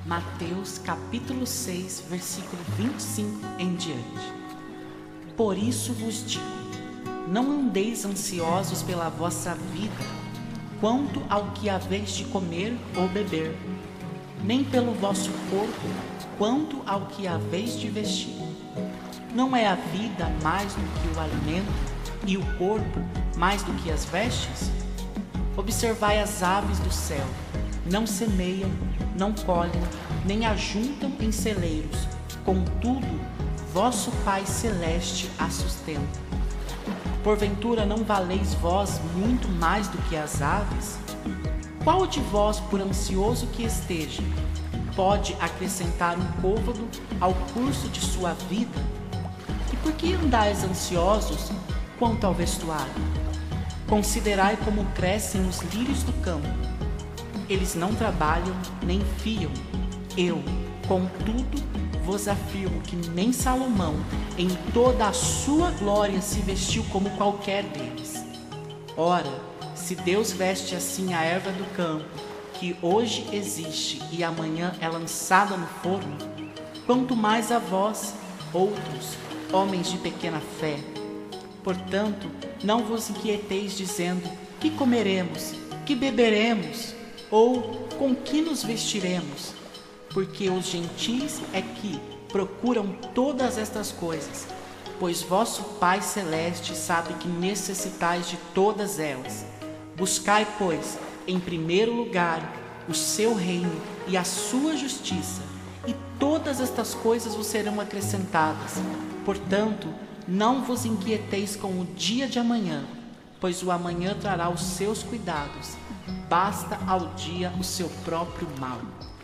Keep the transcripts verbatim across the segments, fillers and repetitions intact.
Mateus capítulo seis, versículo vinte e cinco em diante. Por isso vos digo, não andeis ansiosos pela vossa vida, quanto ao que haveis de comer ou beber, nem pelo vosso corpo, quanto ao que haveis de vestir. Não é a vida mais do que o alimento, e o corpo mais do que as vestes? Observai as aves do céu, não semeiam, não colhem, nem ajuntam em celeiros, contudo, vosso Pai Celeste as sustenta. Porventura não valeis vós muito mais do que as aves? Qual de vós, por ansioso que esteja, pode acrescentar um côvado ao curso de sua vida? E por que andais ansiosos quanto ao vestuário? Considerai como crescem os lírios do campo. Eles não trabalham nem fiam. Eu, contudo, vos afirmo que nem Salomão, em toda a sua glória, se vestiu como qualquer deles. Ora, se Deus veste assim a erva do campo, que hoje existe e amanhã é lançada no forno, quanto mais a vós, outros, homens de pequena fé. Portanto, não vos inquieteis dizendo: que comeremos, que beberemos, ou com que nos vestiremos? Porque os gentis é que procuram todas estas coisas, pois vosso Pai Celeste sabe que necessitais de todas elas. Buscai, pois, em primeiro lugar o seu reino e a sua justiça, e todas estas coisas vos serão acrescentadas. Portanto, não vos inquieteis com o dia de amanhã, pois o amanhã trará os seus cuidados. Basta ao dia o seu próprio mal.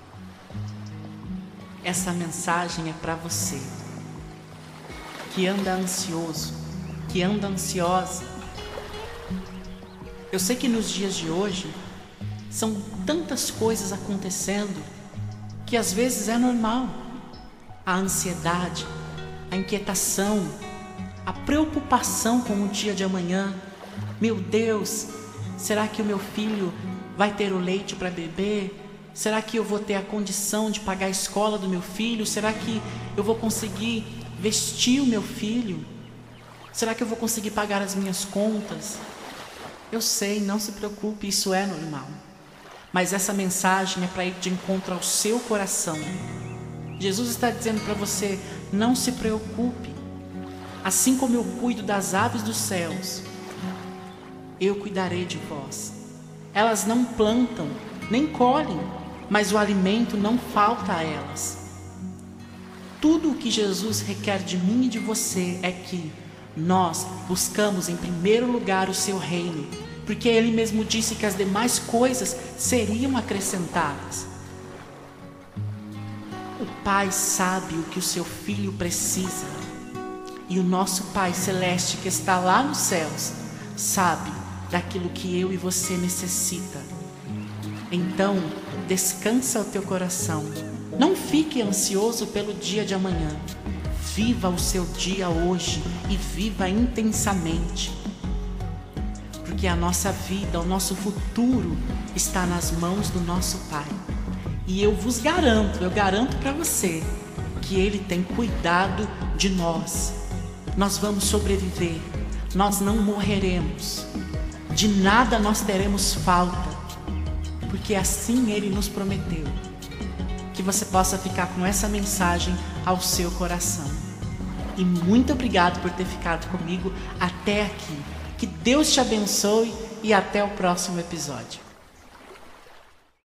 Essa mensagem é para você que anda ansioso, que anda ansiosa. Eu sei que nos dias de hoje são tantas coisas acontecendo que às vezes é normal. A ansiedade, a inquietação, a preocupação com o dia de amanhã. Meu Deus, será que o meu filho vai ter o leite para beber? Será que eu vou ter a condição de pagar a escola do meu filho? Será que eu vou conseguir vestir o meu filho? Será que eu vou conseguir pagar as minhas contas? Eu sei, não se preocupe, isso é normal. Mas essa mensagem é para ir de encontro ao seu coração. Jesus está dizendo para você: não se preocupe. Assim como eu cuido das aves dos céus, eu cuidarei de vós. Elas não plantam, nem colhem, mas o alimento não falta a elas. Tudo o que Jesus requer de mim e de você é que nós buscamos em primeiro lugar o seu reino, porque Ele mesmo disse que as demais coisas seriam acrescentadas. O Pai sabe o que o seu filho precisa, e o nosso Pai Celeste que está lá nos céus sabe daquilo que eu e você necessita. Então, descansa o teu coração. Não fique ansioso pelo dia de amanhã. Viva o seu dia hoje e viva intensamente. Porque a nossa vida, o nosso futuro está nas mãos do nosso Pai. E eu vos garanto, eu garanto para você, que Ele tem cuidado de nós. Nós vamos sobreviver. Nós não morreremos. De nada nós teremos falta, porque assim Ele nos prometeu. Que você possa ficar com essa mensagem ao seu coração. E muito obrigado por ter ficado comigo até aqui. Que Deus te abençoe e até o próximo episódio.